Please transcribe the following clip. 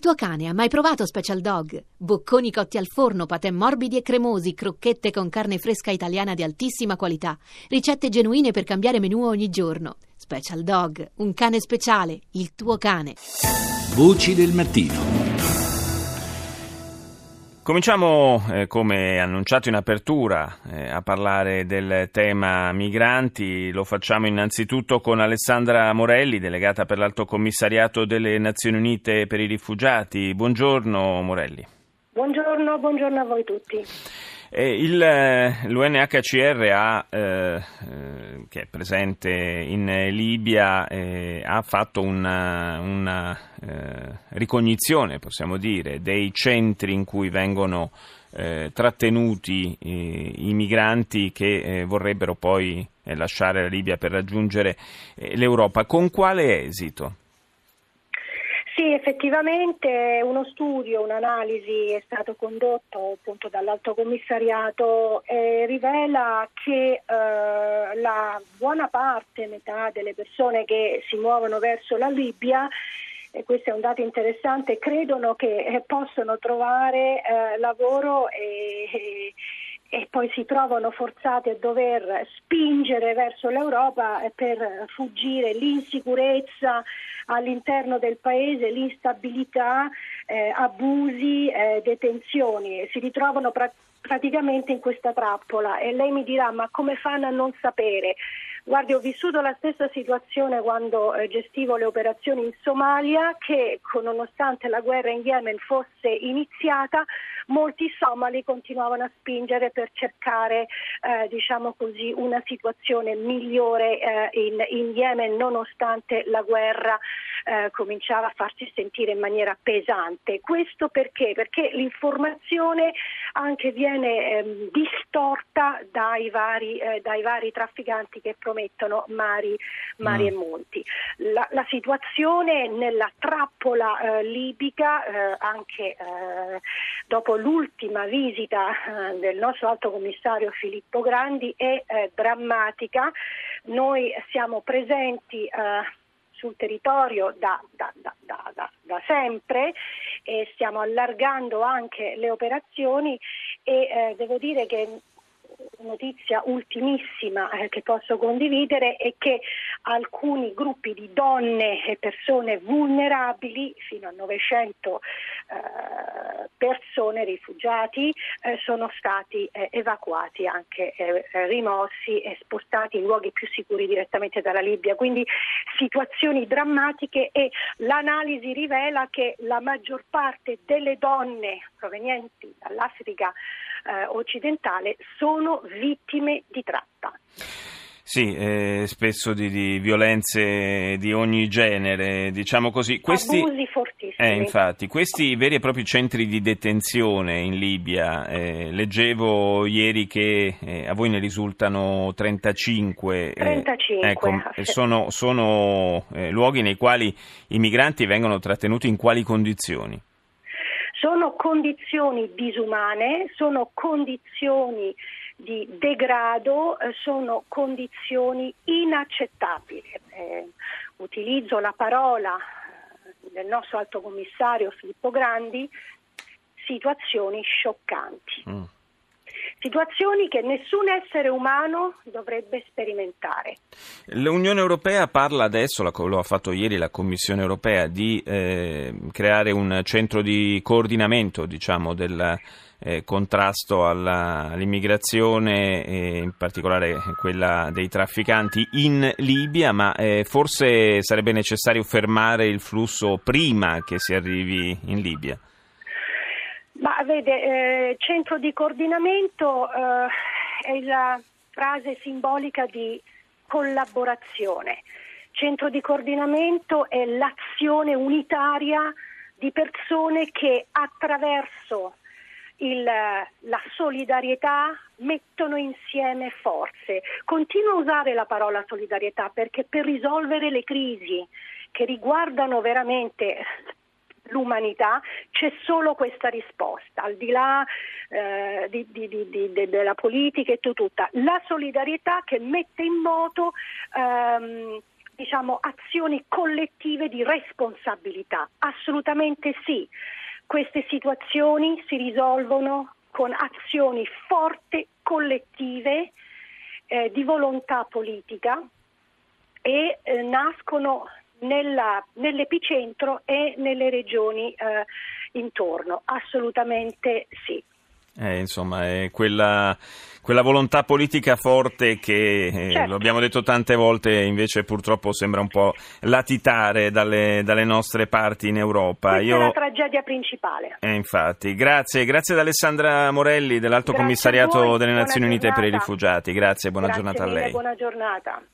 tuo cane ha mai provato Special Dog? Bocconi cotti al forno, patè morbidi e cremosi, crocchette con carne fresca italiana di altissima qualità, ricette genuine per cambiare menù ogni giorno. Special Dog, un cane speciale, il tuo cane. Voci del mattino. Cominciamo, come annunciato in apertura, a parlare del tema migranti. Lo facciamo innanzitutto con Alessandra Morelli, delegata per l'Alto Commissariato delle Nazioni Unite per i Rifugiati. Buongiorno Morelli. Buongiorno a voi tutti. L'UNHCR che è presente in Libia, ha fatto una ricognizione, possiamo dire, dei centri in cui vengono trattenuti i migranti che vorrebbero poi lasciare la Libia per raggiungere l'Europa. Con quale esito? Sì, effettivamente uno studio, un'analisi è stato condotto appunto dall'Alto Commissariato e rivela che la buona parte, metà delle persone che si muovono verso la Libia, e questo è un dato interessante, credono che possono trovare lavoro e poi si trovano forzati a dover spingere verso l'Europa per fuggire l'insicurezza all'interno del paese, l'instabilità, abusi, detenzioni. Si ritrovano praticamente in questa trappola e lei mi dirà: ma come fanno a non sapere? Guardi, ho vissuto la stessa situazione quando gestivo le operazioni in Somalia, che nonostante la guerra in Yemen fosse iniziata, molti somali continuavano a spingere per cercare, una situazione migliore in Yemen, nonostante la guerra cominciava a farsi sentire in maniera pesante. Questo perché? Perché l'informazione anche viene distorta dai vari trafficanti che promettono mari e monti. La situazione nella trappola libica, anche dopo l'ultima visita del nostro Alto Commissario Filippo Grandi, è drammatica. Noi siamo presenti sul territorio da sempre e stiamo allargando anche le operazioni e devo dire che notizia ultimissima che posso condividere è che alcuni gruppi di donne e persone vulnerabili, fino a 900 persone, rifugiati, sono stati evacuati, anche rimossi e spostati in luoghi più sicuri direttamente dalla Libia. Quindi situazioni drammatiche, e l'analisi rivela che la maggior parte delle donne provenienti dall'Africa occidentale sono vittime di tratta. Sì, spesso di violenze di ogni genere, diciamo così. Abusi fortissimi. Infatti, questi veri e propri centri di detenzione in Libia, leggevo ieri che a voi ne risultano 35. 35. Sono luoghi nei quali i migranti vengono trattenuti in quali condizioni? Sono condizioni disumane, sono condizioni di degrado, sono condizioni inaccettabili. Utilizzo la parola del nostro Alto Commissario Filippo Grandi: situazioni scioccanti. Situazioni che nessun essere umano dovrebbe sperimentare. L'Unione Europea parla adesso, lo ha fatto ieri la Commissione Europea, di creare un centro di coordinamento, diciamo, del contrasto all'immigrazione, in particolare quella dei trafficanti in Libia, ma forse sarebbe necessario fermare il flusso prima che si arrivi in Libia. Ma vede, centro di coordinamento è la frase simbolica di collaborazione. Centro di coordinamento è l'azione unitaria di persone che attraverso la solidarietà mettono insieme forze. Continuo a usare la parola solidarietà perché per risolvere le crisi che riguardano veramente l'umanità c'è solo questa risposta, al di là della politica e tutta la solidarietà che mette in moto azioni collettive di responsabilità. Assolutamente sì. Queste situazioni si risolvono con azioni forti, collettive, di volontà politica e nascono nell'epicentro e nelle regioni intorno. Assolutamente sì. Insomma, è quella volontà politica forte che, certo, lo abbiamo detto tante volte, invece purtroppo sembra un po' latitare dalle nostre parti in Europa. Questa è la tragedia principale. Infatti, grazie ad Alessandra Morelli dell'Alto Commissariato delle Nazioni Unite per i Rifugiati. Grazie, buona giornata a lei. Buona giornata.